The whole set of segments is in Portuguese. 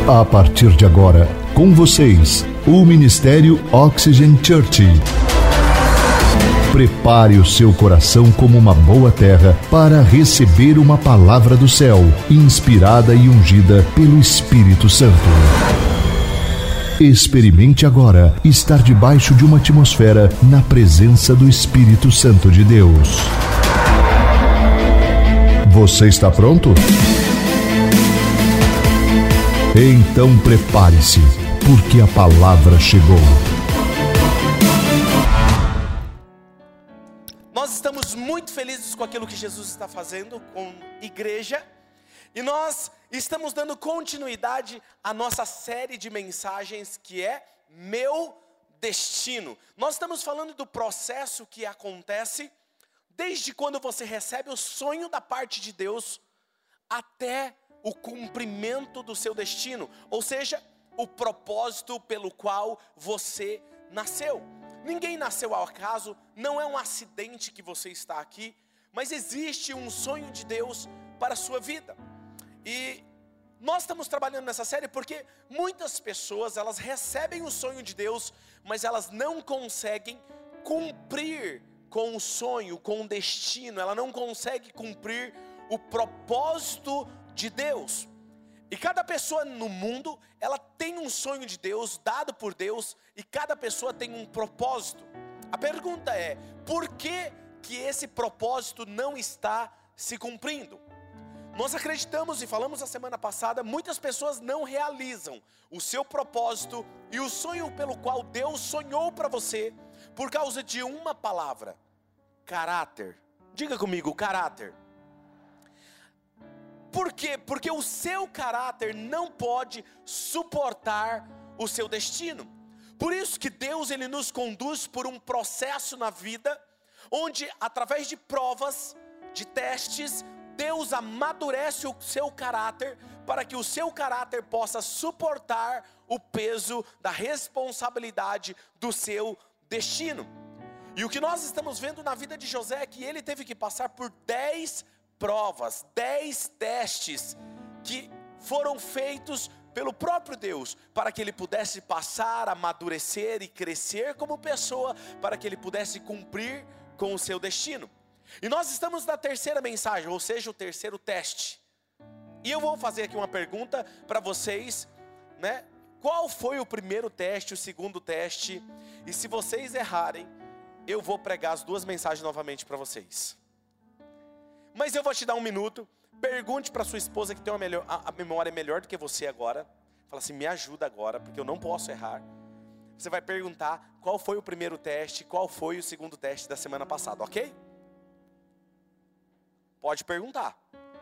A partir de agora, com vocês, o Ministério Oxygen Church. Prepare o seu coração como uma boa terra para receber uma palavra do céu, inspirada e ungida pelo Espírito Santo. Experimente agora estar debaixo de uma atmosfera na presença do Espírito Santo de Deus. Você está pronto? Então prepare-se, porque a palavra chegou. Nós estamos muito felizes com aquilo que Jesus está fazendo com a igreja. E nós estamos dando continuidade à nossa série de mensagens que é Meu Destino. Nós estamos falando do processo que acontece desde quando você recebe o sonho da parte de Deus até o cumprimento do seu destino, ou seja, o propósito pelo qual você nasceu. Ninguém nasceu ao acaso, não é um acidente que você está aqui, mas existe um sonho de Deus para a sua vida. E nós estamos trabalhando nessa série porque muitas pessoas, elas recebem o sonho de Deus, mas elas não conseguem cumprir com o sonho, com o destino. Ela não consegue cumprir o propósito de Deus. E cada pessoa no mundo, ela tem um sonho de Deus, dado por Deus, e cada pessoa tem um propósito. A pergunta é, por que esse propósito não está se cumprindo? Nós acreditamos e falamos a semana passada, muitas pessoas não realizam o seu propósito e o sonho pelo qual Deus sonhou para você, por causa de uma palavra: caráter. Diga comigo, caráter. Por quê? Porque o seu caráter não pode suportar o seu destino. Por isso que Deus, ele nos conduz por um processo na vida, onde através de provas, de testes, Deus amadurece o seu caráter, para que o seu caráter possa suportar o peso da responsabilidade do seu destino. E o que nós estamos vendo na vida de José é que ele teve que passar por 10 provas, 10 testes que foram feitos pelo próprio Deus, para que ele pudesse passar, amadurecer e crescer como pessoa, para que ele pudesse cumprir com o seu destino. E nós estamos na terceira mensagem, ou seja, o terceiro teste. E eu vou fazer aqui uma pergunta para vocês, né? Qual foi o primeiro teste, o segundo teste? E se vocês errarem, eu vou pregar as duas mensagens novamente para vocês. Mas eu vou te dar um minuto. Pergunte para sua esposa que tem a memória melhor do que você agora. Fala assim, me ajuda agora, porque eu não posso errar. Você vai perguntar qual foi o primeiro teste, qual foi o segundo teste da semana passada, ok? Pode perguntar.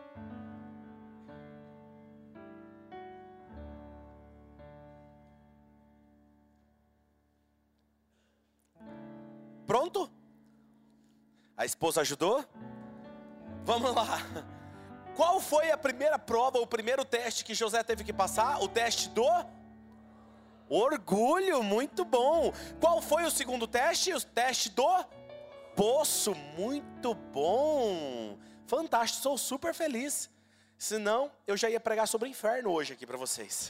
Pronto? A esposa ajudou? Vamos lá. Qual foi a primeira prova, o primeiro teste que José teve que passar? O teste do orgulho, muito bom. Qual foi o segundo teste? O teste do poço, muito bom. Fantástico, sou super feliz. Senão, eu já ia pregar sobre o inferno hoje aqui para vocês.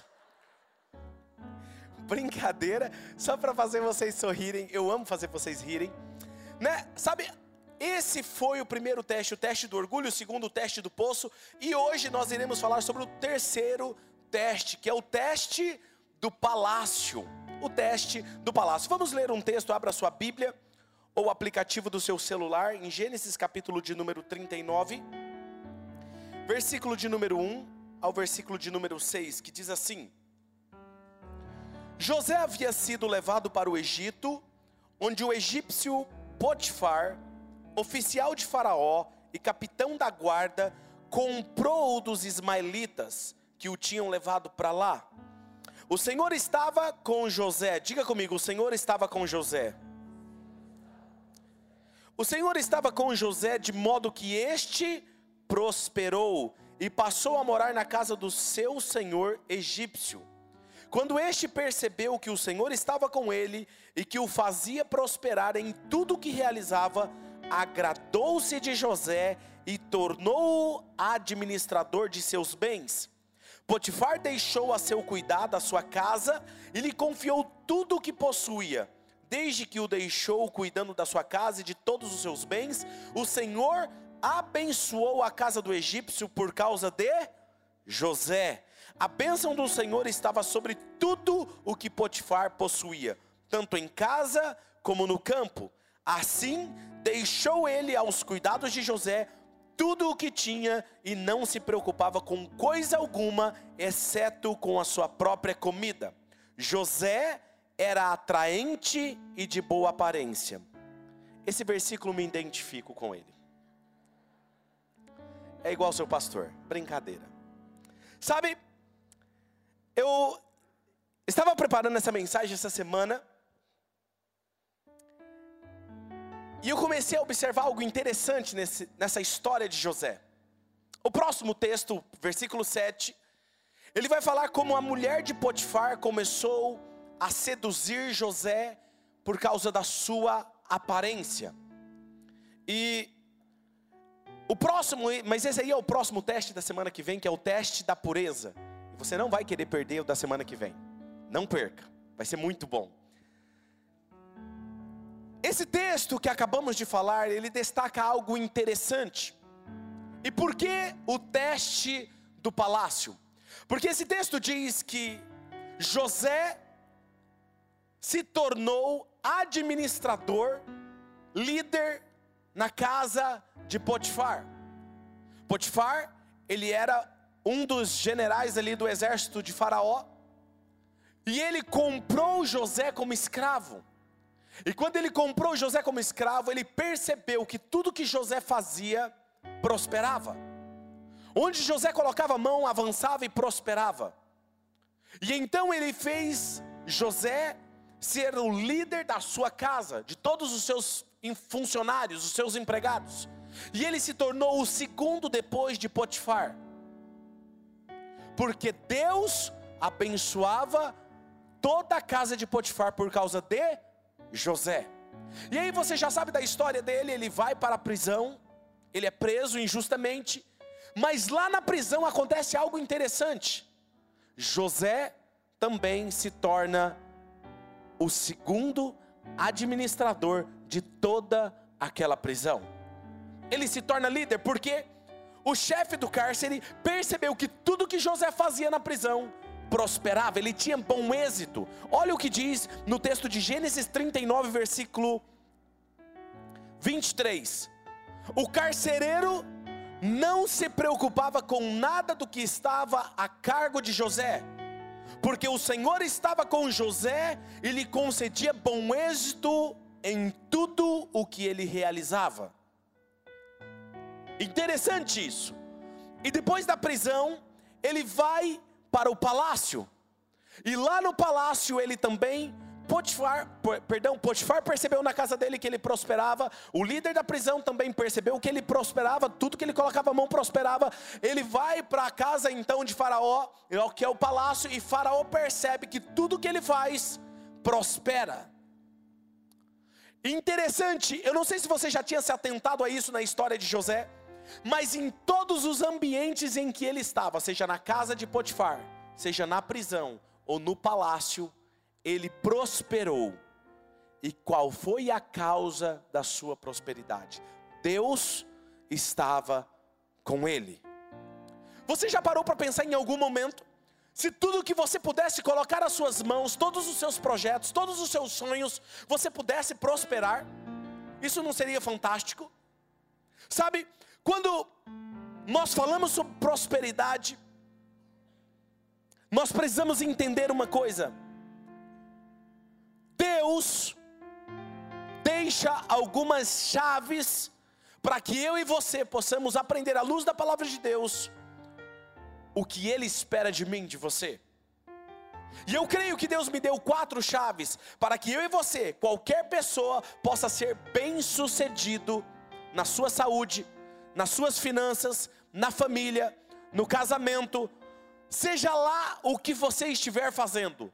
Brincadeira, só para fazer vocês sorrirem. Eu amo fazer vocês rirem, né? Sabe, esse foi o primeiro teste, o teste do orgulho, o segundo o teste do poço. E hoje nós iremos falar sobre o terceiro teste, que é o teste do palácio. O teste do palácio. Vamos ler um texto, abra sua Bíblia ou o aplicativo do seu celular, em Gênesis capítulo de número 39, versículo de número 1 ao versículo de número 6, que diz assim: José havia sido levado para o Egito, onde o egípcio Potifar, oficial de Faraó e capitão da guarda, comprou-o dos ismaelitas que o tinham levado para lá. O Senhor estava com José. Diga comigo, o Senhor estava com José. O Senhor estava com José de modo que este prosperou e passou a morar na casa do seu senhor egípcio. Quando este percebeu que o Senhor estava com ele e que o fazia prosperar em tudo o que realizava, agradou-se de José e tornou-o administrador de seus bens. Potifar deixou a seu cuidado a sua casa e lhe confiou tudo o que possuía. Desde que o deixou cuidando da sua casa e de todos os seus bens, o Senhor abençoou a casa do egípcio por causa de José. A bênção do Senhor estava sobre tudo o que Potifar possuía, tanto em casa como no campo. Assim, deixou ele aos cuidados de José tudo o que tinha e não se preocupava com coisa alguma, exceto com a sua própria comida. José era atraente e de boa aparência. Esse versículo me identifico com ele. É igual seu pastor, brincadeira. Sabe, eu estava preparando essa mensagem essa semana e eu comecei a observar algo interessante nessa história de José. O próximo texto, versículo 7, ele vai falar como a mulher de Potifar começou a seduzir José por causa da sua aparência. E o próximo, mas esse aí é o próximo teste da semana que vem, que é o teste da pureza. E você não vai querer perder o da semana que vem. Não perca, vai ser muito bom. Esse texto que acabamos de falar, ele destaca algo interessante. E por que o teste do palácio? Porque esse texto diz que José se tornou administrador, líder na casa de Potifar. Potifar, ele era um dos generais ali do exército de Faraó. E ele comprou José como escravo. E quando ele comprou José como escravo, ele percebeu que tudo que José fazia prosperava. Onde José colocava a mão, avançava e prosperava. E então ele fez José ser o líder da sua casa, de todos os seus funcionários, os seus empregados. E ele se tornou o segundo depois de Potifar. Porque Deus abençoava toda a casa de Potifar por causa de José. E aí você já sabe da história dele. Ele vai para a prisão, ele é preso injustamente, mas lá na prisão acontece algo interessante. José também se torna o segundo administrador de toda aquela prisão. Ele se torna líder porque o chefe do cárcere percebeu que tudo que José fazia na prisão prosperava, ele tinha bom êxito. Olha o que diz no texto de Gênesis 39, versículo 23. O carcereiro não se preocupava com nada do que estava a cargo de José, porque o Senhor estava com José e lhe concedia bom êxito em tudo o que ele realizava. Interessante isso. E depois da prisão, ele vai para o palácio. E lá no palácio ele também, Potifar percebeu na casa dele que ele prosperava. O líder da prisão também percebeu que ele prosperava. Tudo que ele colocava a mão prosperava. Ele vai para a casa então de Faraó, que é o palácio. E Faraó percebe que tudo que ele faz prospera. Interessante, eu não sei se você já tinha se atentado a isso na história de José, mas em todos os ambientes em que ele estava, seja na casa de Potifar, seja na prisão ou no palácio, ele prosperou. E qual foi a causa da sua prosperidade? Deus estava com ele. Você já parou para pensar em algum momento, se tudo que você pudesse colocar às suas mãos, todos os seus projetos, todos os seus sonhos, você pudesse prosperar? Isso não seria fantástico? Sabe, quando nós falamos sobre prosperidade, nós precisamos entender uma coisa. Deus deixa algumas chaves para que eu e você possamos aprender à luz da palavra de Deus o que Ele espera de mim, de você. E eu creio que Deus me deu 4 chaves para que eu e você, qualquer pessoa, possa ser bem sucedido na sua saúde, nas suas finanças, na família, no casamento, seja lá o que você estiver fazendo.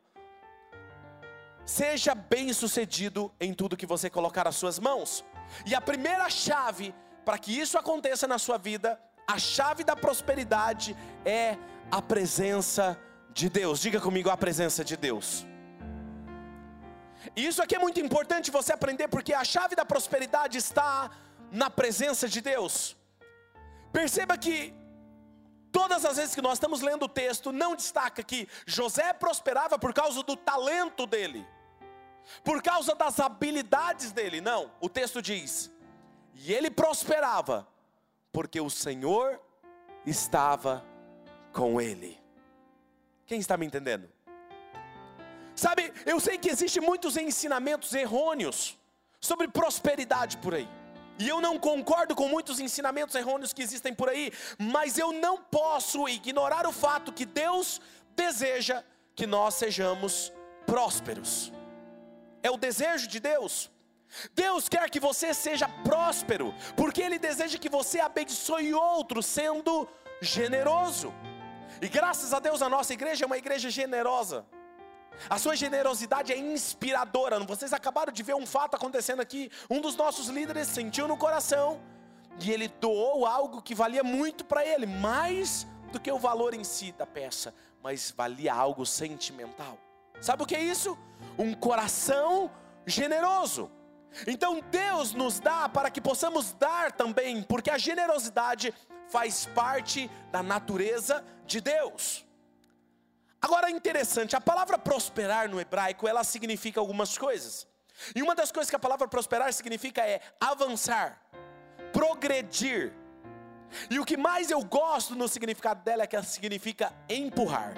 Seja bem sucedido em tudo que você colocar às suas mãos. E a primeira chave para que isso aconteça na sua vida, a chave da prosperidade, é a presença de Deus. Diga comigo, a presença de Deus. E isso aqui é muito importante você aprender, porque a chave da prosperidade está na presença de Deus. Perceba que todas as vezes que nós estamos lendo o texto, não destaca que José prosperava por causa do talento dele, por causa das habilidades dele. Não, o texto diz: e ele prosperava porque o Senhor estava com ele. Quem está me entendendo? Sabe, eu sei que existem muitos ensinamentos errôneos sobre prosperidade por aí. E eu não concordo com muitos ensinamentos errôneos que existem por aí. Mas eu não posso ignorar o fato que Deus deseja que nós sejamos prósperos. É o desejo de Deus. Deus quer que você seja próspero, porque Ele deseja que você abençoe outros sendo generoso. E graças a Deus a nossa igreja é uma igreja generosa. A sua generosidade é inspiradora. Vocês acabaram de ver um fato acontecendo aqui. Um dos nossos líderes sentiu no coração e ele doou algo que valia muito para ele, mais do que o valor em si da peça, mas valia algo sentimental. Sabe o que é isso? Um coração generoso. Então Deus nos dá para que possamos dar também, porque a generosidade faz parte da natureza de Deus. Agora é interessante, a palavra prosperar no hebraico, ela significa algumas coisas. E uma das coisas que a palavra prosperar significa é avançar, progredir. E o que mais eu gosto no significado dela é que ela significa empurrar.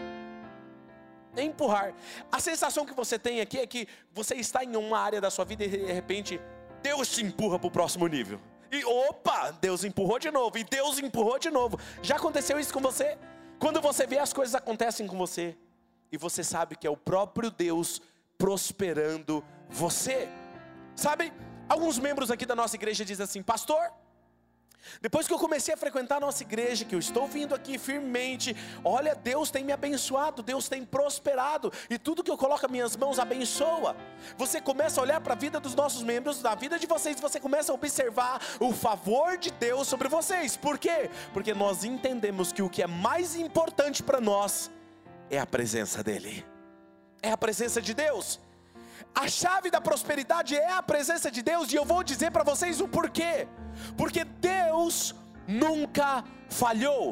Empurrar. A sensação que você tem aqui é que você está em uma área da sua vida e de repente Deus te empurra para o próximo nível. E opa, Deus empurrou de novo, e Deus empurrou de novo. Já aconteceu isso com você? Quando você vê as coisas acontecem com você, e você sabe que é o próprio Deus prosperando você. Sabe, alguns membros aqui da nossa igreja dizem assim: pastor, depois que eu comecei a frequentar a nossa igreja, que eu estou vindo aqui firmemente, olha, Deus tem me abençoado, Deus tem prosperado, e tudo que eu coloco as minhas mãos abençoa. Você começa a olhar para a vida dos nossos membros, da vida de vocês, você começa a observar o favor de Deus sobre vocês. Por quê? Porque nós entendemos que o que é mais importante para nós é a presença dEle, é a presença de Deus. A chave da prosperidade é a presença de Deus, e eu vou dizer para vocês o porquê. Porque Deus nunca falhou.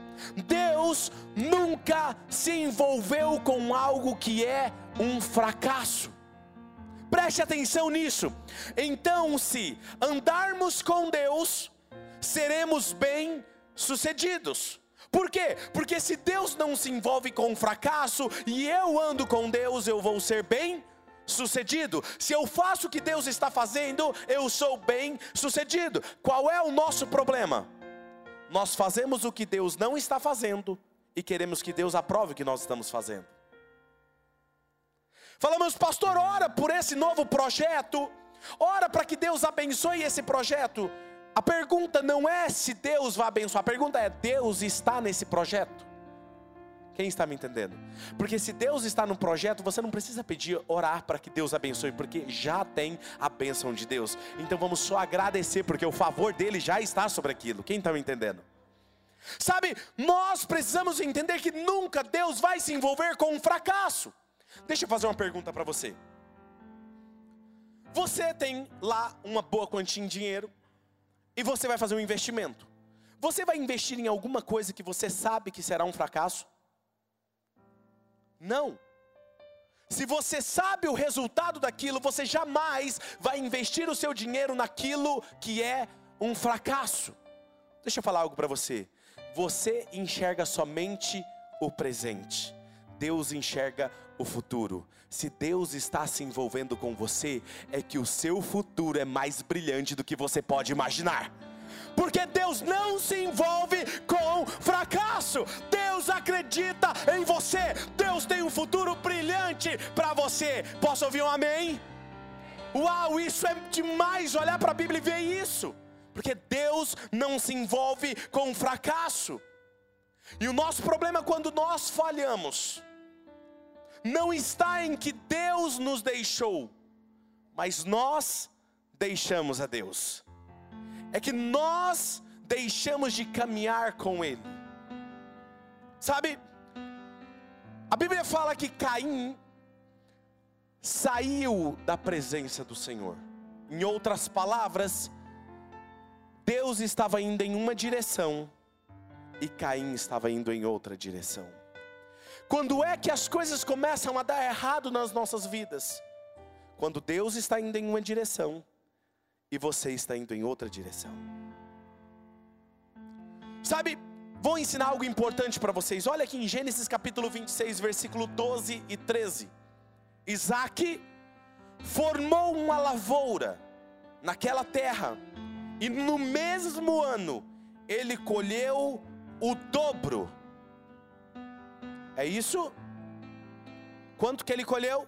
Deus nunca se envolveu com algo que é um fracasso. Preste atenção nisso. Então, se andarmos com Deus, seremos bem-sucedidos. Por quê? Porque se Deus não se envolve com fracasso e eu ando com Deus, eu vou ser bem-sucedido. Se eu faço o que Deus está fazendo, eu sou bem-sucedido. Qual é o nosso problema? Nós fazemos o que Deus não está fazendo e queremos que Deus aprove o que nós estamos fazendo. Falamos: pastor, ora por esse novo projeto, ora para que Deus abençoe esse projeto. A pergunta não é se Deus vai abençoar, a pergunta é: Deus está nesse projeto? Quem está me entendendo? Porque se Deus está no projeto, você não precisa pedir, orar para que Deus abençoe, porque já tem a bênção de Deus. Então vamos só agradecer, porque o favor dele já está sobre aquilo. Quem está me entendendo? Sabe, nós precisamos entender que nunca Deus vai se envolver com um fracasso. Deixa eu fazer uma pergunta para você. Você tem lá uma boa quantia em dinheiro e você vai fazer um investimento. Você vai investir em alguma coisa que você sabe que será um fracasso? Não. Se você sabe o resultado daquilo, você jamais vai investir o seu dinheiro naquilo que é um fracasso. Deixa eu falar algo para você. Você enxerga somente o presente. Deus enxerga o futuro. Se Deus está se envolvendo com você, é que o seu futuro é mais brilhante do que você pode imaginar. Porque Deus não se envolve com fracasso. Deus acredita em você. Deus tem um futuro brilhante para você. Posso ouvir um amém? Uau, isso é demais, olhar para a Bíblia e ver isso. Porque Deus não se envolve com fracasso. E o nosso problema quando nós falhamos não está em que Deus nos deixou, mas nós deixamos a Deus. É que nós deixamos de caminhar com Ele. Sabe, A Bíblia fala que Caim saiu da presença do Senhor. Em outras palavras, Deus estava indo em uma direção e Caim estava indo em outra direção. Quando é que as coisas começam a dar errado nas nossas vidas? Quando Deus está indo em uma direção e você está indo em outra direção. Sabe, vou ensinar algo importante para vocês. Olha aqui em Gênesis capítulo 26, versículo 12 e 13. Isaac formou uma lavoura naquela terra, e no mesmo ano ele colheu o dobro. É isso? Quanto que ele colheu?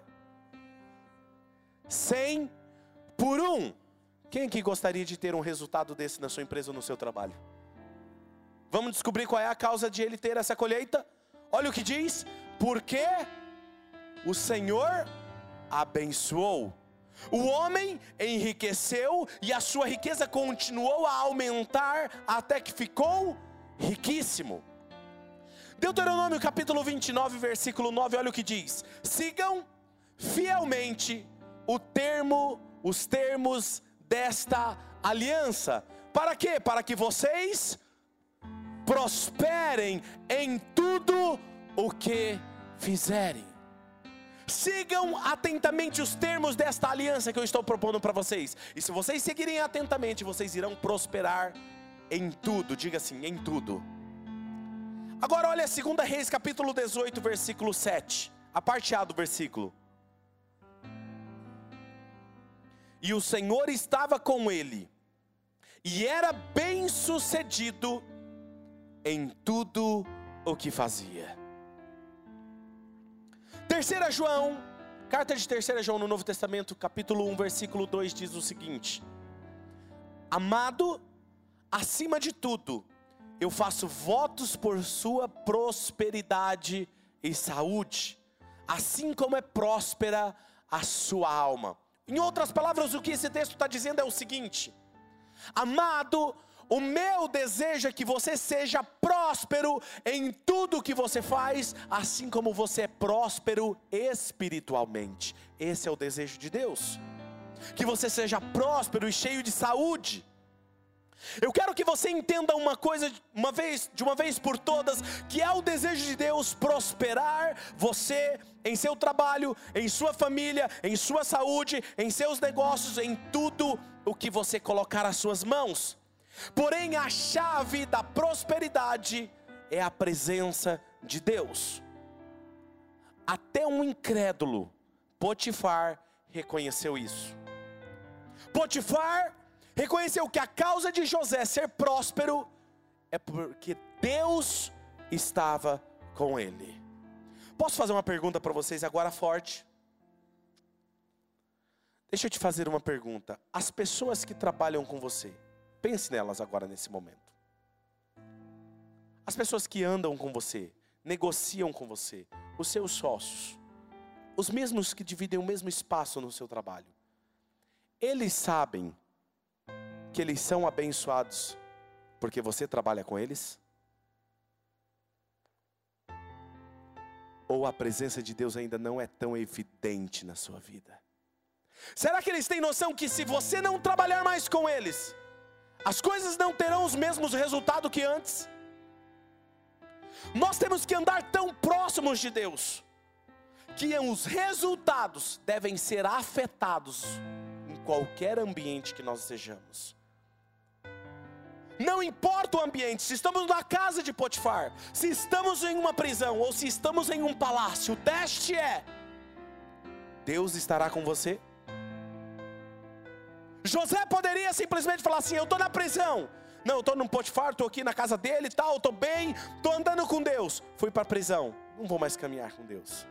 100 por 1. Quem que gostaria de ter um resultado desse na sua empresa ou no seu trabalho? Vamos descobrir qual é a causa de ele ter essa colheita? Olha o que diz: porque o Senhor abençoou. O homem enriqueceu e a sua riqueza continuou a aumentar até que ficou riquíssimo. Deuteronômio capítulo 29, versículo 9, olha o que diz: sigam fielmente os termos desta aliança. Para quê? Para que vocês prosperem em tudo o que fizerem. Sigam atentamente os termos desta aliança que eu estou propondo para vocês. E se vocês seguirem atentamente, vocês irão prosperar em tudo. Diga assim, em tudo. Agora olha 2 Reis capítulo 18, versículo 7. A parte A do versículo. E o Senhor estava com ele, e era bem sucedido em tudo o que fazia. 3 João, carta de 3 João no Novo Testamento, capítulo 1, versículo 2, diz o seguinte: amado, acima de tudo, eu faço votos por sua prosperidade e saúde, assim como é próspera a sua alma. Em outras palavras, o que esse texto está dizendo é o seguinte: amado, o meu desejo é que você seja próspero em tudo que você faz, assim como você é próspero espiritualmente. Esse é o desejo de Deus, que você seja próspero e cheio de saúde. Eu quero que você entenda uma coisa de uma vez por todas, que é o desejo de Deus prosperar você em seu trabalho, em sua família, em sua saúde, em seus negócios, em tudo o que você colocar as suas mãos. Porém, a chave da prosperidade é a presença de Deus. Até um incrédulo, Potifar, reconheceu isso. Potifar reconheceu que a causa de José ser próspero é porque Deus estava com ele. Posso fazer uma pergunta para vocês agora forte? Deixa eu te fazer uma pergunta. As pessoas que trabalham com você, pense nelas agora nesse momento. As pessoas que andam com você, negociam com você, os seus sócios, os mesmos que dividem o mesmo espaço no seu trabalho, eles sabem que eles são abençoados porque você trabalha com eles? Ou a presença de Deus ainda não é tão evidente na sua vida? Será que eles têm noção que se você não trabalhar mais com eles, as coisas não terão os mesmos resultados que antes? Nós temos que andar tão próximos de Deus, que os resultados devem ser afetados em qualquer ambiente que nós estejamos. Não importa o ambiente, se estamos na casa de Potifar, se estamos em uma prisão ou se estamos em um palácio, o teste é: Deus estará com você? José poderia simplesmente falar assim: eu estou na prisão. Não, eu estou no Potifar, estou aqui na casa dele e tal, estou bem, estou andando com Deus. Fui para a prisão, não vou mais caminhar com Deus.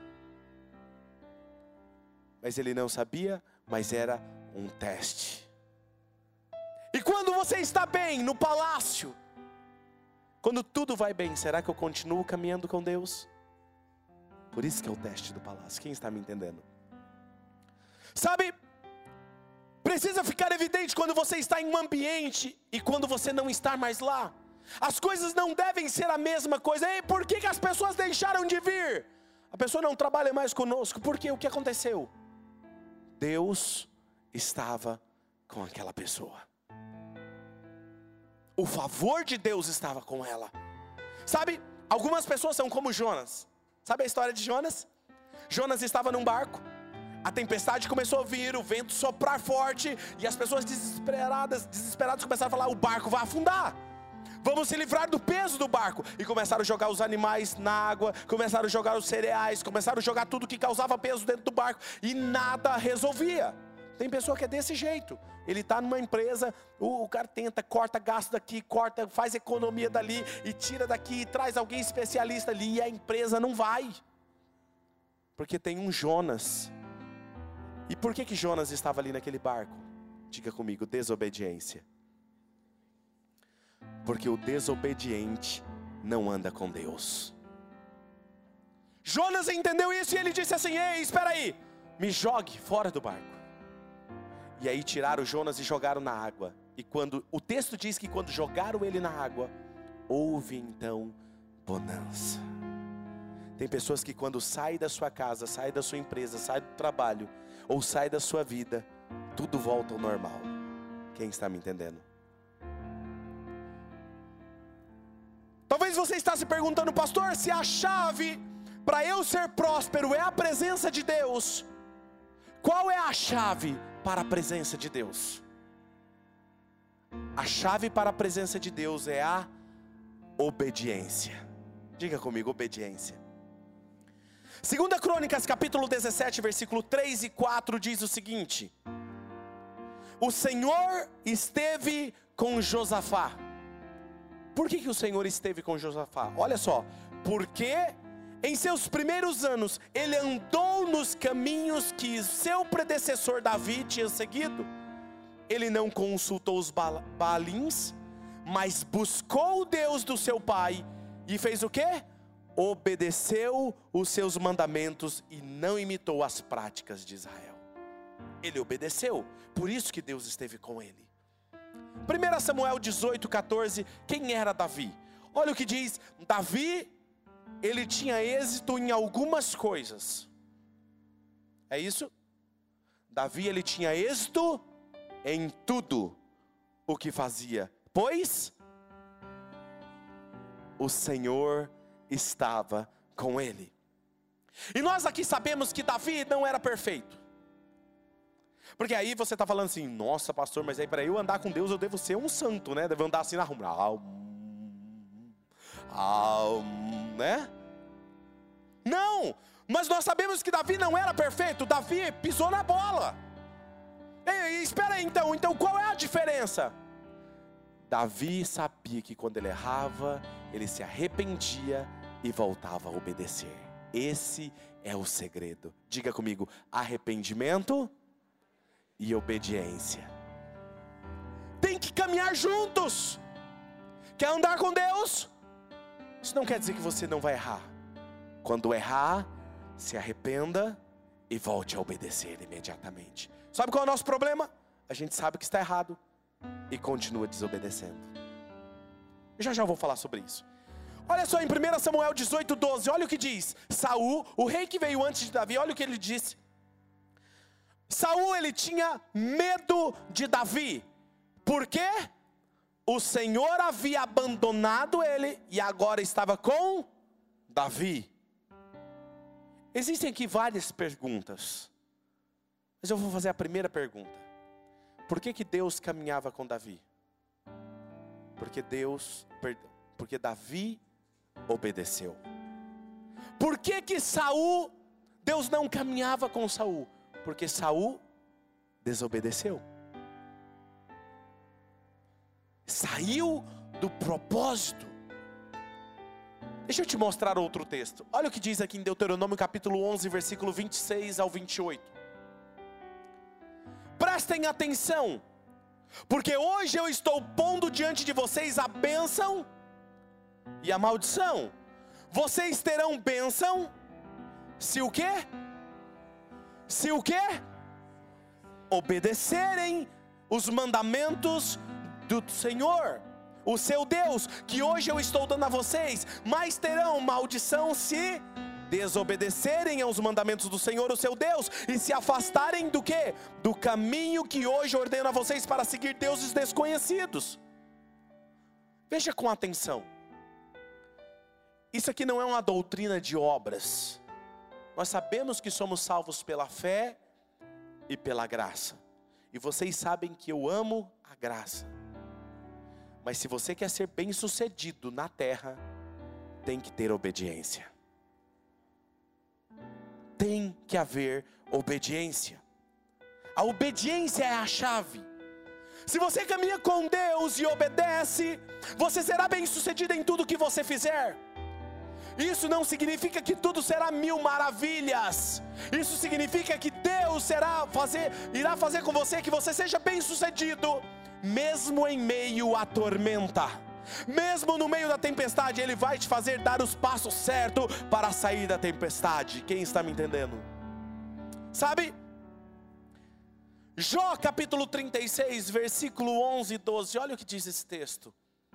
Mas ele não sabia, mas era um teste. E quando você está bem no palácio, quando tudo vai bem, será que eu continuo caminhando com Deus? Por isso que é o teste do palácio. Quem está me entendendo? Sabe, precisa ficar evidente quando você está em um ambiente e quando você não está mais lá. As coisas não devem ser a mesma coisa. Ei, por que as pessoas deixaram de vir? a pessoa não trabalha mais conosco, porque o que aconteceu? Deus estava com aquela pessoa. O favor de Deus estava com ela. Sabe, algumas pessoas são como Jonas. Sabe a história de Jonas? Jonas estava num barco, a tempestade começou a vir, o vento soprar forte, e as pessoas desesperadas começaram a falar: o barco vai afundar, vamos se livrar do peso do barco. E começaram a jogar os animais na água, começaram a jogar os cereais, começaram a jogar tudo que causava peso dentro do barco, e nada resolvia. Tem pessoa que é desse jeito. Ele está numa empresa, o cara tenta, corta gasto daqui, corta, faz economia dali, e tira daqui, e traz alguém especialista ali, e a empresa não vai. Porque tem um Jonas. E por que Jonas estava ali naquele barco? Diga comigo: desobediência. Porque o desobediente não anda com Deus. Jonas entendeu isso e ele disse assim: ei, espera aí, me jogue fora do barco. E aí tiraram Jonas e jogaram na água. E quando o texto diz que quando jogaram ele na água, houve então bonança. Tem pessoas que quando saem da sua casa, saem da sua empresa, saem do trabalho, ou saem da sua vida, tudo volta ao normal. Quem está me entendendo? Talvez você está se perguntando: pastor, se a chave para eu ser próspero é a presença de Deus, qual é a chave para a presença de Deus? A chave para a presença de Deus é a obediência. Diga comigo: obediência. 2 Crônicas capítulo 17, versículo 3 e 4 diz o seguinte: o Senhor esteve com Josafá. Por que o Senhor esteve com Josafá? Olha só, porque em seus primeiros anos ele andou nos caminhos que seu predecessor Davi tinha seguido. Ele não consultou os Baalins, mas buscou o Deus do seu pai e fez o quê? Obedeceu os seus mandamentos e não imitou as práticas de Israel. Ele obedeceu, por isso que Deus esteve com ele. 1 Samuel 18, 14, quem era Davi? Olha o que diz: Davi, ele tinha êxito em algumas coisas. É isso? Davi, ele tinha êxito em tudo o que fazia, pois o Senhor estava com ele. E nós aqui sabemos que Davi não era perfeito. Porque aí você está falando assim: nossa pastor, mas aí para eu andar com Deus eu devo ser um santo, né? Devo andar assim na rua, né? Não, mas nós sabemos que Davi não era perfeito. Davi pisou na bola. Ei, espera aí, então qual é a diferença? Davi sabia que quando ele errava, ele se arrependia e voltava a obedecer. Esse é o segredo. Diga comigo: arrependimento e obediência. Tem que caminhar juntos. Quer andar com Deus? Isso não quer dizer que você não vai errar. Quando errar, se arrependa e volte a obedecer imediatamente. Sabe qual é o nosso problema? A gente sabe que está errado e continua desobedecendo. Eu já vou falar sobre isso. Olha só em 1 Samuel 18, 12, olha o que diz. Saul, o rei que veio antes de Davi, olha o que ele disse. Saul, ele tinha medo de Davi. Por quê? O Senhor havia abandonado ele e agora estava com Davi. Existem aqui várias perguntas, mas eu vou fazer a primeira pergunta. Por que Deus caminhava com Davi? Porque Davi obedeceu. Por que Saul, Deus não caminhava com Saul? Porque Saul desobedeceu. Saiu do propósito. Deixa eu te mostrar outro texto. Olha o que diz aqui em Deuteronômio capítulo 11, versículo 26 ao 28. Prestem atenção, porque hoje eu estou pondo diante de vocês a bênção e a maldição. Vocês terão bênção se o quê? Se o quê? Obedecerem os mandamentos do Senhor, o seu Deus, que hoje eu estou dando a vocês. Mas terão maldição se desobedecerem aos mandamentos do Senhor, o seu Deus, e se afastarem do quê? Do caminho que hoje ordeno a vocês para seguir deuses desconhecidos. Veja com atenção. Isso aqui não é uma doutrina de obras. Nós sabemos que somos salvos pela fé e pela graça. E vocês sabem que eu amo a graça. Mas se você quer ser bem-sucedido na terra, tem que ter obediência. Tem que haver obediência. A obediência é a chave. Se você caminha com Deus e obedece, você será bem-sucedido em tudo que você fizer. Isso não significa que tudo será mil maravilhas. Isso significa que Deus irá fazer com você que você seja bem-sucedido, mesmo em meio à tormenta. Mesmo no meio da tempestade, Ele vai te fazer dar os passos certos para sair da tempestade. Quem está me entendendo? Sabe? Jó capítulo 36, versículo 11 e 12. Olha o que diz esse texto.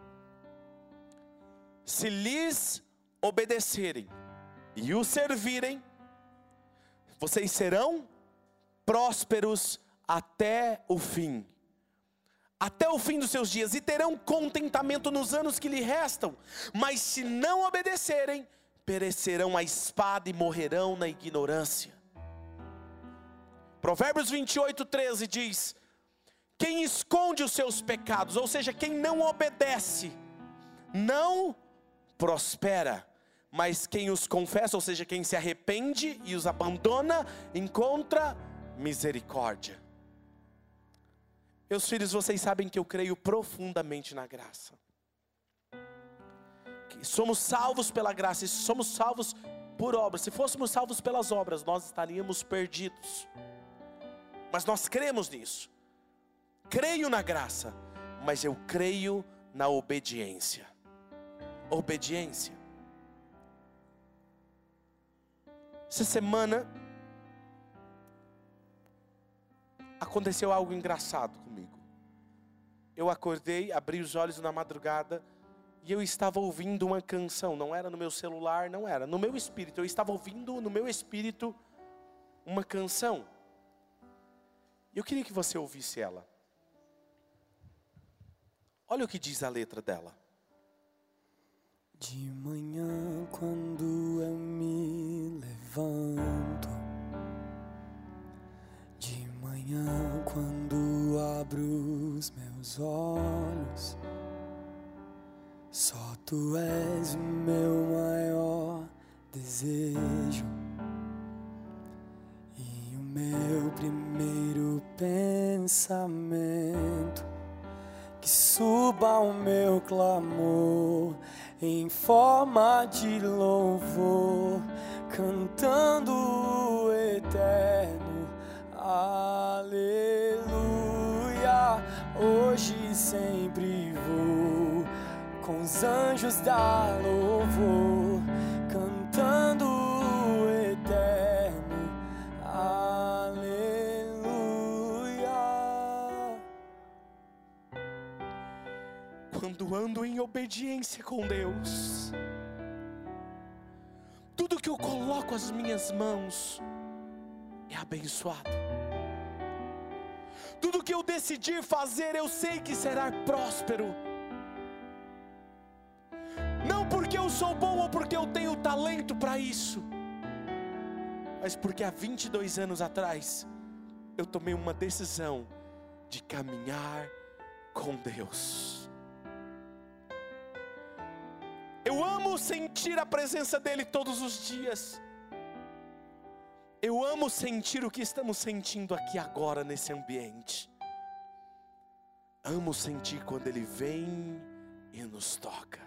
Se lhes obedecerem e o servirem, vocês serão prósperos até o fim. Até o fim dos seus dias, e terão contentamento nos anos que lhe restam. Mas se não obedecerem, perecerão a espada e morrerão na ignorância. Provérbios 28, 13 diz: quem esconde os seus pecados, ou seja, quem não obedece, não prospera. Mas quem os confessa, ou seja, quem se arrepende e os abandona, encontra misericórdia. Meus filhos, vocês sabem que eu creio profundamente na graça. Que somos salvos pela graça e somos salvos por obras. Se fôssemos salvos pelas obras, nós estaríamos perdidos. Mas nós cremos nisso. Creio na graça, mas eu creio na obediência. Obediência. Essa semana aconteceu algo engraçado comigo. Eu acordei, abri os olhos na madrugada e eu estava ouvindo uma canção. Não era no meu celular, não era, no meu espírito. Eu estava ouvindo no meu espírito uma canção. Eu queria que você ouvisse ela. Olha o que diz a letra dela. De manhã, quando eu me levanto, de manhã, quando abro os meus olhos, só Tu és o meu maior desejo e o meu primeiro pensamento. Que suba o meu clamor em forma de louvor, cantando o eterno aleluia. Hoje e sempre vou com os anjos dar louvor, cantando o eterno aleluia. Quando ando em obediência com Deus, tudo que eu coloco as minhas mãos é abençoado. Tudo que eu decidir fazer, eu sei que será próspero. Não porque eu sou bom ou porque eu tenho talento para isso, mas porque há 22 anos atrás eu tomei uma decisão de caminhar com Deus. Eu amo sentir a presença dEle todos os dias. Eu amo sentir o que estamos sentindo aqui agora nesse ambiente. Amo sentir quando Ele vem e nos toca.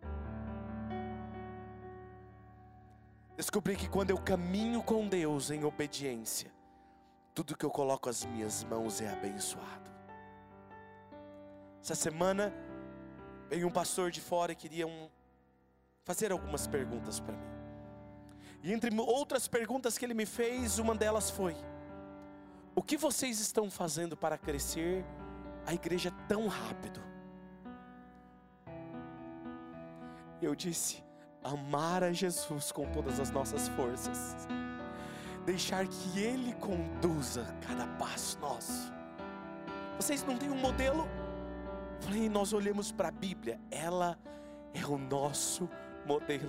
Descobri que quando eu caminho com Deus em obediência, tudo que eu coloco as minhas mãos é abençoado. Essa semana veio um pastor de fora e queria fazer algumas perguntas para mim. E entre outras perguntas que ele me fez, uma delas foi: o que vocês estão fazendo para crescer a igreja tão rápido? Eu disse: amar a Jesus com todas as nossas forças, deixar que Ele conduza cada passo nosso. Vocês não têm um modelo? Falei, nós olhamos para a Bíblia, ela é o nosso modelo.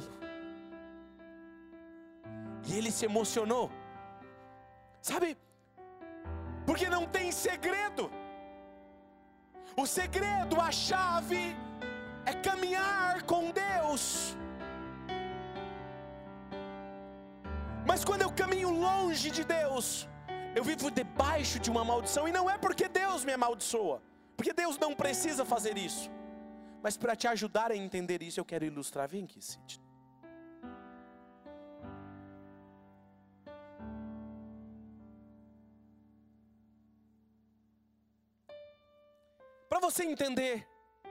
E ele se emocionou, sabe? Porque não tem segredo. O segredo, a chave, é caminhar com Deus. Mas quando eu caminho longe de Deus, eu vivo debaixo de uma maldição. E não é porque Deus me amaldiçoa, porque Deus não precisa fazer isso. Mas para te ajudar a entender isso, eu quero ilustrar. Vem aqui, Cid. Para você entender.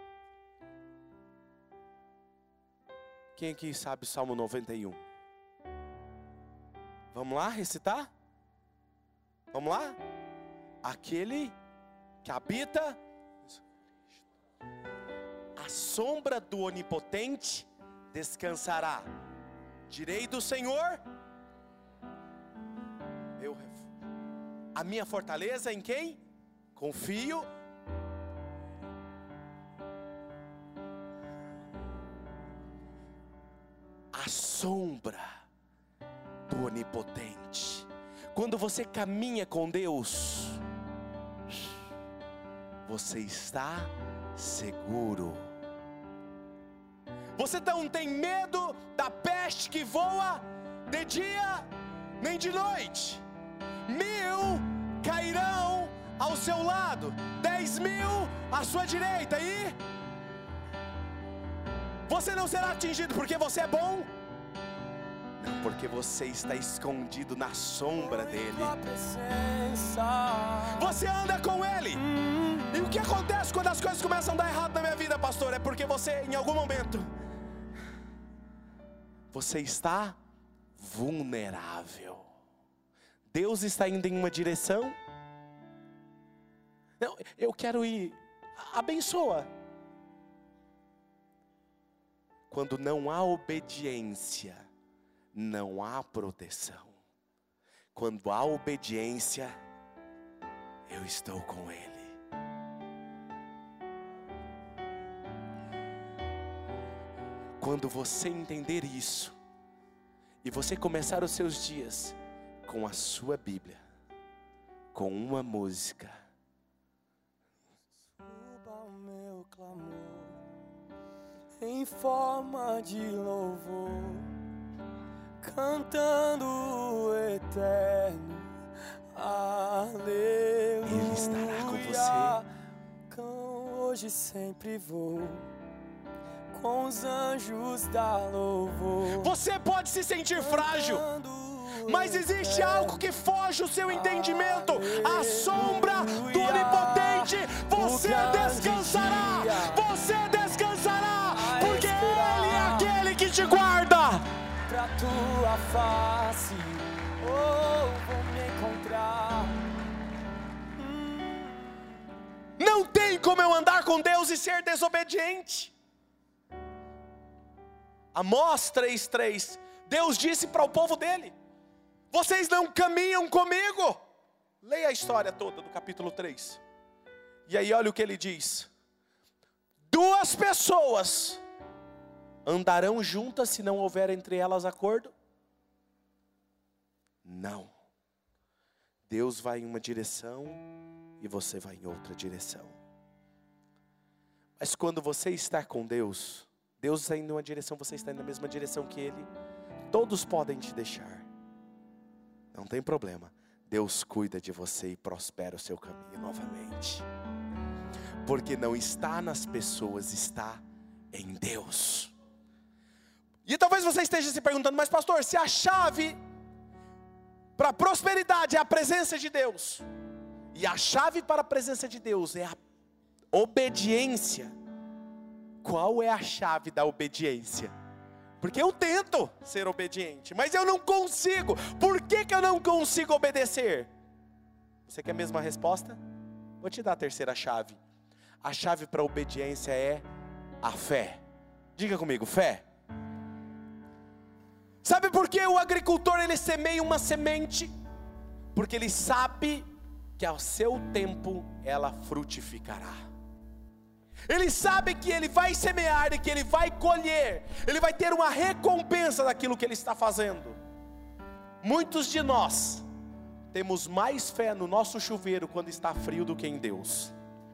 Quem aqui sabe Salmo 91? Vamos lá recitar? Vamos lá? Aquele que habita a sombra do Onipotente descansará. Direi do Senhor, a minha fortaleza, em quem confio. A sombra do Onipotente. Quando você caminha com Deus, você está seguro. Você não tem medo da peste que voa de dia nem de noite. 1000 cairão ao seu lado, 10.000 à sua direita, e você não será atingido porque você é bom. Não, porque você está escondido na sombra dele. Você anda com ele. E o que acontece quando as coisas começam a dar errado na minha vida, pastor? É porque você, em algum momento, você está vulnerável. Deus está indo em uma direção. Não, eu quero ir. Abençoa. Quando não há obediência, não há proteção. Quando há obediência, eu estou com Ele. Quando você entender isso, e você começar os seus dias com a sua Bíblia, com uma música. Suba o meu clamor em forma de louvor, cantando o eterno aleluia. Ele estará com você. Hoje sempre vou com os anjos da louvor. Você pode se sentir frágil, mas existe algo que foge o seu entendimento. A sombra do Onipotente. Você descansará. Você descansará, porque Ele é aquele que te guarda. Pra tua face, vou me encontrar. Não tem como eu andar com Deus e ser desobediente. Amós 3:3. Deus disse para o povo dele: vocês não caminham comigo. Leia a história toda do capítulo 3. E aí olha o que ele diz: 2 pessoas andarão juntas se não houver entre elas acordo? Não. Deus vai em uma direção e você vai em outra direção. Mas quando você está com Deus, Deus está indo em uma direção, você está indo na mesma direção que Ele. Todos podem te deixar. Não tem problema. Deus cuida de você e prospera o seu caminho novamente. Porque não está nas pessoas, está em Deus. E talvez você esteja se perguntando: mas pastor, se a chave para a prosperidade é a presença de Deus, e a chave para a presença de Deus é a obediência, qual é a chave da obediência? Porque eu tento ser obediente, mas eu não consigo. Por que eu não consigo obedecer? Você quer a mesma resposta? Vou te dar a terceira chave. A chave para a obediência é a fé. Diga comigo, fé. Sabe por que o agricultor ele semeia uma semente? Porque ele sabe que ao seu tempo ela frutificará. Ele sabe que ele vai semear e que ele vai colher. Ele vai ter uma recompensa daquilo que ele está fazendo. Muitos de nós temos mais fé no nosso chuveiro quando está frio do que em Deus.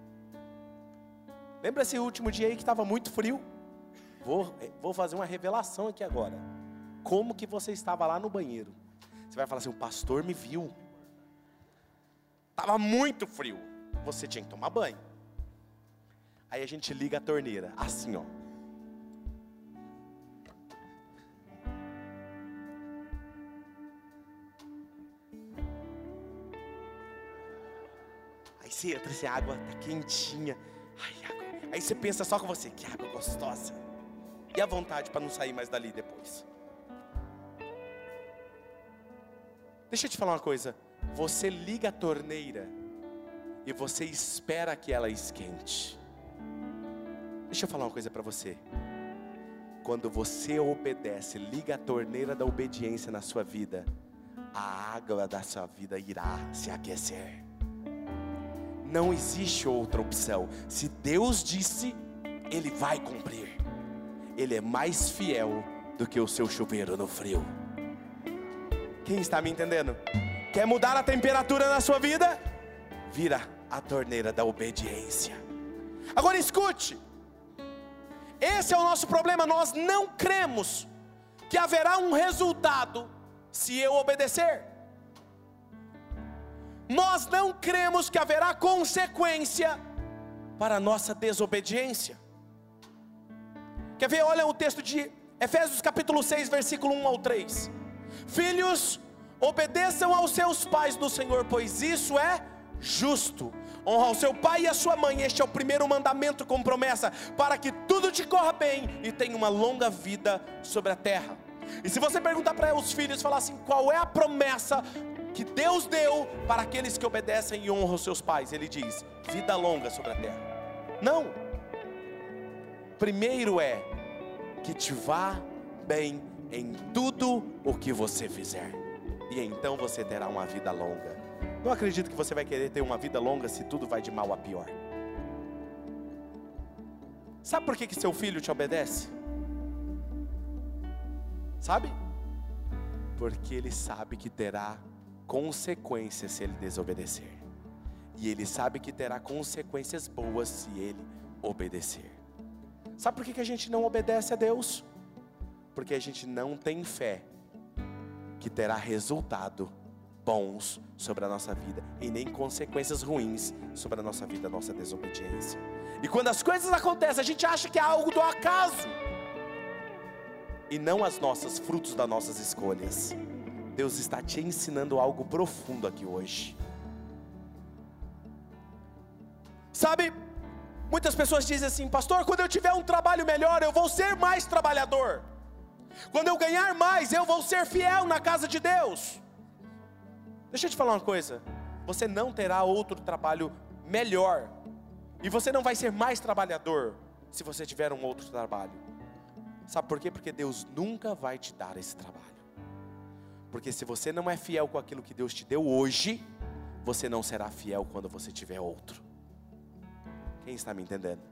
Lembra esse último dia aí que estava muito frio? Vou fazer uma revelação aqui agora. Como que você estava lá no banheiro? Você vai falar assim: o pastor me viu. Estava muito frio. Você tinha que tomar banho. Aí a gente liga a torneira, assim ó. Aí você entra, a água tá quentinha. Aí você pensa só com você: que água gostosa. E a vontade para não sair mais dali depois. Deixa eu te falar uma coisa. Você liga a torneira e você espera que ela esquente. Deixa eu falar uma coisa para você. Quando você obedece, liga a torneira da obediência na sua vida, a água da sua vida irá se aquecer. Não existe outra opção. Se Deus disse, Ele vai cumprir. Ele é mais fiel do que o seu chuveiro no frio. Quem está me entendendo? Quer mudar a temperatura na sua vida? Vira a torneira da obediência. Agora escute. Esse é o nosso problema. Nós não cremos que haverá um resultado se eu obedecer. Nós não cremos que haverá consequência para a nossa desobediência. Quer ver? Olha o texto de Efésios capítulo 6, versículo 1 ao 3. Filhos, obedeçam aos seus pais no Senhor, pois isso é justo. Honra ao seu pai e a sua mãe. Este é o primeiro mandamento com promessa, para que tudo te corra bem e tenha uma longa vida sobre a terra. E se você perguntar para os filhos, falar assim: qual é a promessa que Deus deu para aqueles que obedecem e honram os seus pais? Ele diz: vida longa sobre a terra. Não. Primeiro é que te vá bem em tudo o que você fizer, e então você terá uma vida longa. Não acredito que você vai querer ter uma vida longa se tudo vai de mal a pior. Sabe por que seu filho te obedece? Sabe? Porque ele sabe que terá consequências se ele desobedecer. E ele sabe que terá consequências boas se ele obedecer. Sabe por que a gente não obedece a Deus? Porque a gente não tem fé que terá resultado bons sobre a nossa vida e nem consequências ruins sobre a nossa vida, a nossa desobediência. E quando as coisas acontecem, a gente acha que é algo do acaso e não as nossas frutos das nossas escolhas. Deus está te ensinando algo profundo aqui hoje. Sabe, muitas pessoas dizem assim: pastor, quando eu tiver um trabalho melhor, eu vou ser mais trabalhador. Quando eu ganhar mais, eu vou ser fiel na casa de Deus. Deixa eu te falar uma coisa. Você não terá outro trabalho melhor, e você não vai ser mais trabalhador se você tiver um outro trabalho. Sabe por quê? Porque Deus nunca vai te dar esse trabalho. Porque se você não é fiel com aquilo que Deus te deu hoje, você não será fiel quando você tiver outro. Quem está me entendendo?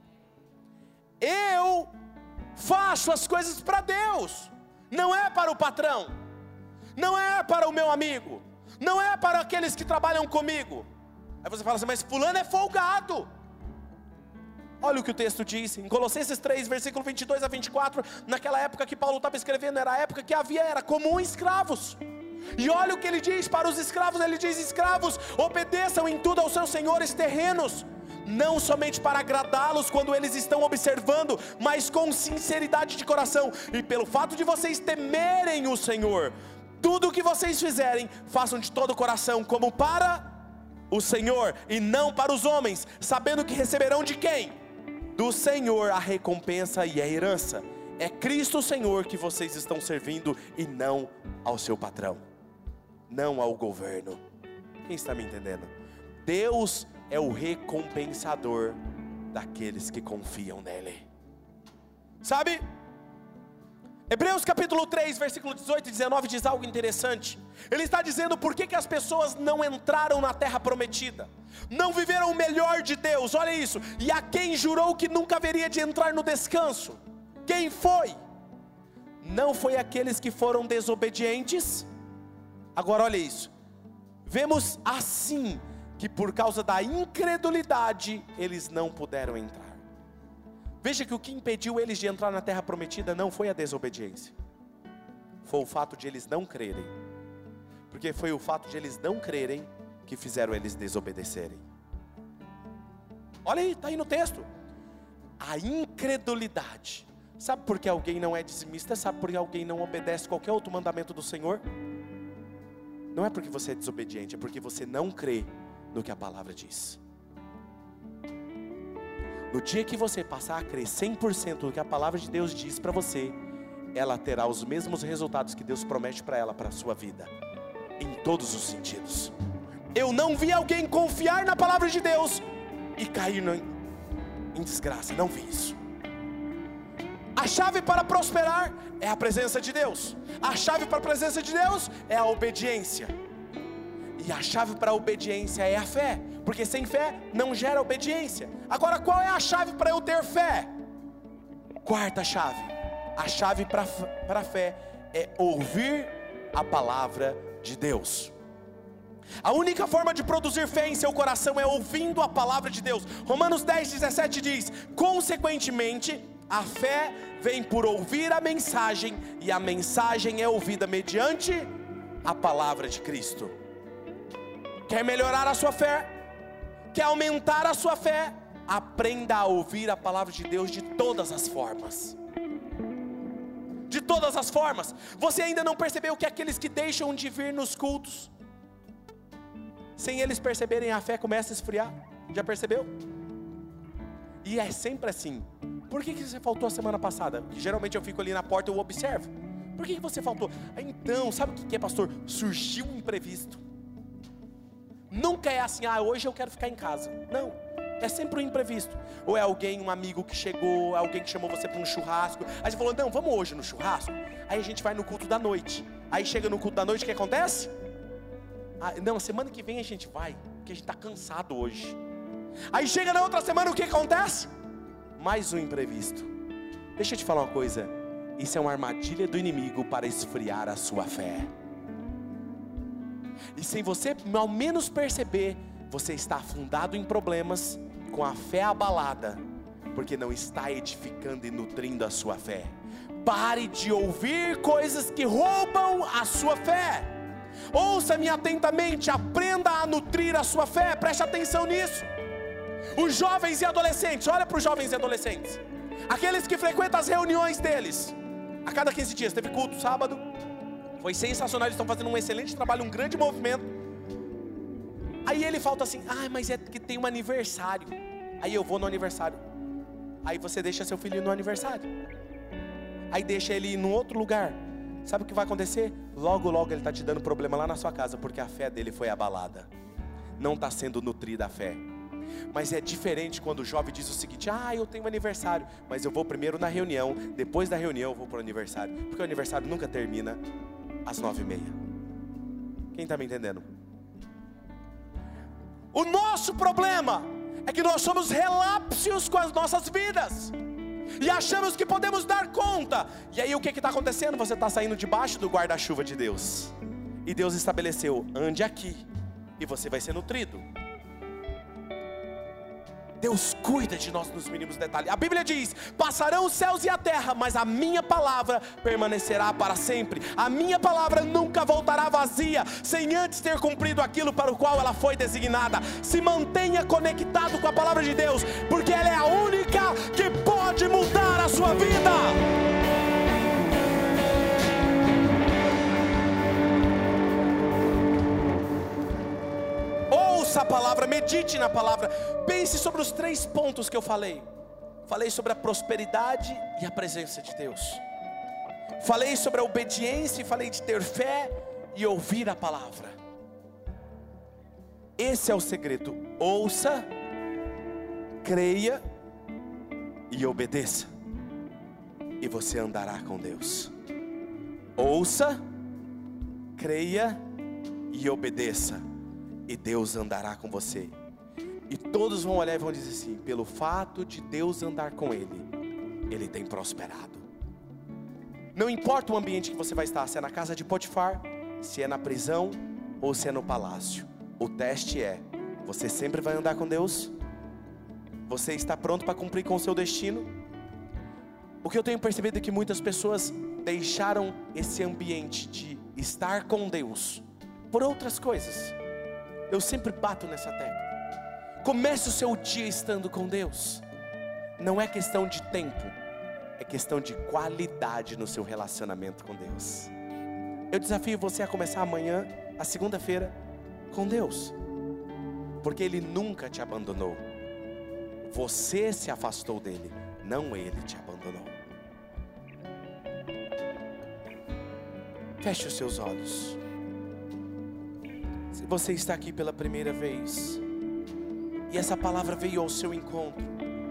Eu faço as coisas para Deus, não é para o patrão, não é para o meu amigo, não é para aqueles que trabalham comigo. Aí você fala assim: mas fulano é folgado. Olha o que o texto diz em Colossenses 3, versículo 22 a 24. Naquela época que Paulo estava escrevendo, era a época que era comum escravos. E olha o que ele diz para os escravos. Ele diz: escravos, obedeçam em tudo aos seus senhores terrenos, não somente para agradá-los quando eles estão observando, mas com sinceridade de coração. E pelo fato de vocês temerem o Senhor, tudo o que vocês fizerem, façam de todo o coração, como para o Senhor e não para os homens, sabendo que receberão de quem? Do Senhor a recompensa e a herança. É Cristo o Senhor que vocês estão servindo, e não ao seu patrão, não ao governo. Quem está me entendendo? Deus é o recompensador daqueles que confiam nele. Sabe? Hebreus capítulo 3, versículo 18 e 19 diz algo interessante. Ele está dizendo por que as pessoas não entraram na terra prometida, não viveram o melhor de Deus. Olha isso: e a quem jurou que nunca haveria de entrar no descanso, quem foi? Não foi aqueles que foram desobedientes? Agora olha isso: vemos assim que por causa da incredulidade eles não puderam entrar. Veja que o que impediu eles de entrar na terra prometida não foi a desobediência, foi o fato de eles não crerem. Porque foi o fato de eles não crerem que fizeram eles desobedecerem. Olha aí, está aí no texto. A incredulidade. Sabe por que alguém não é dizimista? Sabe por que alguém não obedece qualquer outro mandamento do Senhor? Não é porque você é desobediente, é porque você não crê no que a palavra diz. No dia que você passar a crer 100% do que a palavra de Deus diz para você, ela terá os mesmos resultados que Deus promete para ela, para a sua vida, em todos os sentidos. Eu não vi alguém confiar na palavra de Deus e cair em desgraça, não vi isso. A chave para prosperar é a presença de Deus. A chave para a presença de Deus é a obediência. E a chave para a obediência é a fé, porque sem fé não gera obediência. Agora, qual é a chave para eu ter fé? Quarta chave: a chave para a fé é ouvir a palavra de Deus. A única forma de produzir fé em seu coração é ouvindo a palavra de Deus. Romanos 10:17 diz: consequentemente, a fé vem por ouvir a mensagem, e a mensagem é ouvida mediante a palavra de Cristo. Quer melhorar a sua fé? Quer aumentar a sua fé? Aprenda a ouvir a palavra de Deus de todas as formas. De todas as formas. Você ainda não percebeu que aqueles que deixam de vir nos cultos, sem eles perceberem, a fé começa a esfriar? Já percebeu? E é sempre assim. Por que você faltou a semana passada? Porque geralmente eu fico ali na porta e eu observo. Por que você faltou? Então, sabe o que é, pastor? Surgiu um imprevisto. Nunca é assim: hoje eu quero ficar em casa. Não, é sempre um imprevisto. Ou é alguém, um amigo que chegou, alguém que chamou você para um churrasco. Aí você falou: não, vamos hoje no churrasco. Aí a gente vai no culto da noite. Aí chega no culto da noite, o que acontece? Não, semana que vem a gente vai, porque a gente está cansado hoje. Aí chega na outra semana, o que acontece? Mais um imprevisto. Deixa eu te falar uma coisa: isso é uma armadilha do inimigo para esfriar a sua fé. E sem você ao menos perceber, você está afundado em problemas, com a fé abalada, porque não está edificando e nutrindo a sua fé. Pare de ouvir coisas que roubam a sua fé. Ouça-me atentamente, aprenda a nutrir a sua fé. Preste atenção nisso. Os jovens e adolescentes, olha para os jovens e adolescentes, aqueles que frequentam as reuniões deles, a cada 15 dias, teve culto sábado, foi sensacional, eles estão fazendo um excelente trabalho, um grande movimento. Aí ele falta assim: mas é que tem um aniversário. Aí eu vou no aniversário. Aí você deixa seu filho ir no aniversário, aí deixa ele ir num outro lugar. Sabe o que vai acontecer? Logo logo ele está te dando problema lá na sua casa, porque a fé dele foi abalada. Não está sendo nutrida a fé. Mas é diferente quando o jovem diz o seguinte: eu tenho um aniversário, mas eu vou primeiro na reunião, depois da reunião eu vou para o aniversário, porque o aniversário nunca termina às 9h30. Quem está me entendendo? O nosso problema é que nós somos relapsos com as nossas vidas e achamos que podemos dar conta. E aí o que está acontecendo? Você está saindo debaixo do guarda-chuva de Deus, e Deus estabeleceu: ande aqui e você vai ser nutrido. Deus cuida de nós nos mínimos detalhes. A Bíblia diz: passarão os céus e a terra, mas a minha palavra permanecerá para sempre. A minha palavra nunca voltará vazia, sem antes ter cumprido aquilo para o qual ela foi designada. Se mantenha conectado com a palavra de Deus, porque ela é a única que pode mudar a sua vida. Ouça a palavra, medite na palavra, pense sobre os 3 pontos que eu falei. Falei sobre a prosperidade e a presença de Deus. Falei sobre a obediência e falei de ter fé e ouvir a palavra. Esse é o segredo: ouça, creia e obedeça. e você andará com Deus. Ouça, creia e obedeça, e Deus andará com você. E todos vão olhar e vão dizer assim: pelo fato de Deus andar com ele, ele tem prosperado. Não importa o ambiente que você vai estar, se é na casa de Potifar, se é na prisão ou se é no palácio. O teste é: você sempre vai andar com Deus? Você está pronto para cumprir com o seu destino? O que eu tenho percebido é que muitas pessoas deixaram esse ambiente de estar com Deus por outras coisas. Eu sempre bato nessa tecla. Comece o seu dia estando com Deus. Não é questão de tempo, é questão de qualidade no seu relacionamento com Deus. Eu desafio você a começar amanhã, a segunda-feira, com Deus, porque Ele nunca te abandonou. Você se afastou dele, não Ele te abandonou. Feche os seus olhos. Se você está aqui pela primeira vez e essa palavra veio ao seu encontro,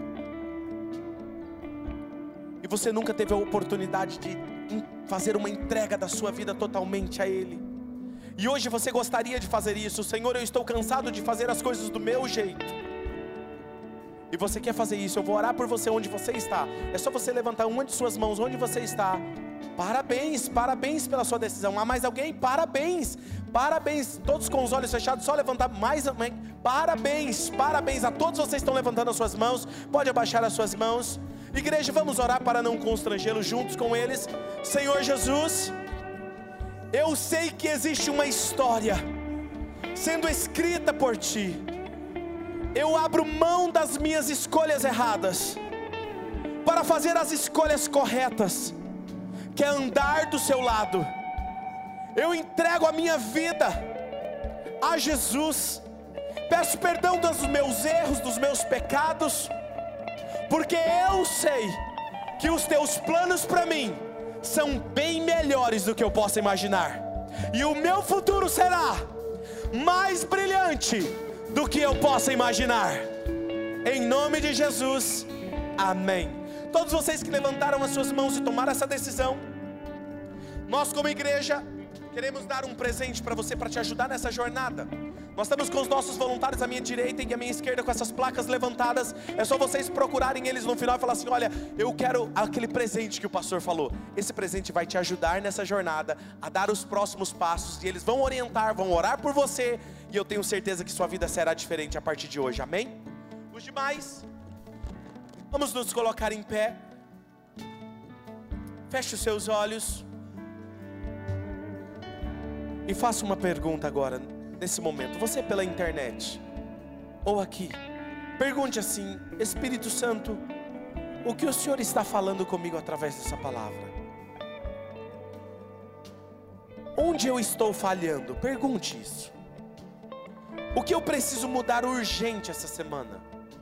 e você nunca teve a oportunidade de fazer uma entrega da sua vida totalmente a Ele, e hoje você gostaria de fazer isso: Senhor, eu estou cansado de fazer as coisas do meu jeito, e você quer fazer isso, eu vou orar por você onde você está. É só você levantar uma de suas mãos onde você está. Parabéns, parabéns pela sua decisão. Há mais alguém? Parabéns, parabéns. Todos com os olhos fechados, só levantar mais. Parabéns, parabéns a todos vocês que estão levantando as suas mãos. Pode abaixar as suas mãos. Igreja, vamos orar para não constrangê-los juntos com eles. Senhor Jesus, eu sei que existe uma história sendo escrita por Ti. Eu abro mão das minhas escolhas erradas para fazer as escolhas corretas, que é andar do Seu lado. Eu entrego a minha vida a Jesus. Peço perdão dos meus erros, dos meus pecados, porque eu sei que os Teus planos para mim são bem melhores do que eu possa imaginar, e o meu futuro será mais brilhante do que eu possa imaginar. Em nome de Jesus, amém. Todos vocês que levantaram as suas mãos e tomaram essa decisão, nós como igreja queremos dar um presente para você, para te ajudar nessa jornada. Nós estamos com os nossos voluntários à minha direita e à minha esquerda, com essas placas levantadas. É só vocês procurarem eles no final e falar assim: olha, eu quero aquele presente que o pastor falou. Esse presente vai te ajudar nessa jornada a dar os próximos passos, e eles vão orientar, vão orar por você, e eu tenho certeza que sua vida será diferente a partir de hoje, amém? Os demais, vamos nos colocar em pé. Feche os seus olhos e faça uma pergunta agora, nesse momento. Você pela internet ou aqui, pergunte assim: Espírito Santo, o que o Senhor está falando comigo através dessa palavra? Onde eu estou falhando? Pergunte isso. O que eu preciso mudar urgente essa semana?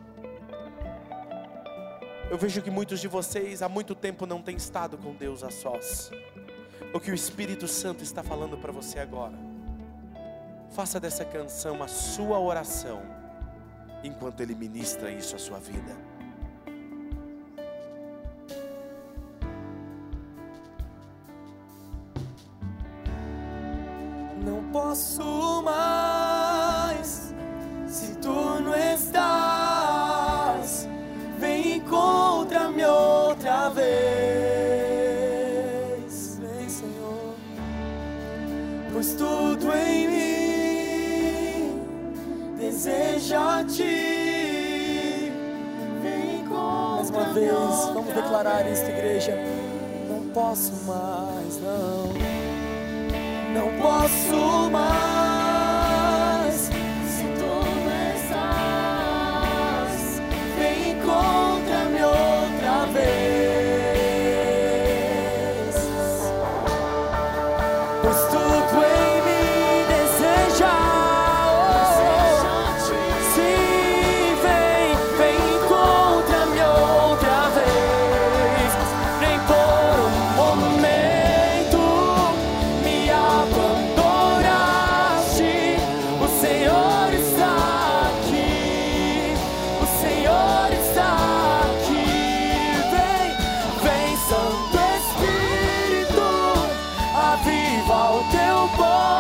Eu vejo que muitos de vocês há muito tempo não têm estado com Deus a sós. O que o Espírito Santo está falando para você agora? Faça dessa canção a sua oração, enquanto Ele ministra isso à sua vida. Não posso mais, se Tu não estás, vem e encontra-me outra vez. Vem, Senhor, pois tudo em mim deseja Ti. Vem encontra-me. Mais uma vez, vamos declarar isso, igreja. Não posso mais, não. Não posso mais, se Tu não estás, vem e encontra-me outra vez. Pois tudo em mim deseja Sim, vem e encontra-me outra vez. Nem por um momento me abandonaste. O Senhor está aqui, o Senhor está aqui. Vem, vem, Santo não pode.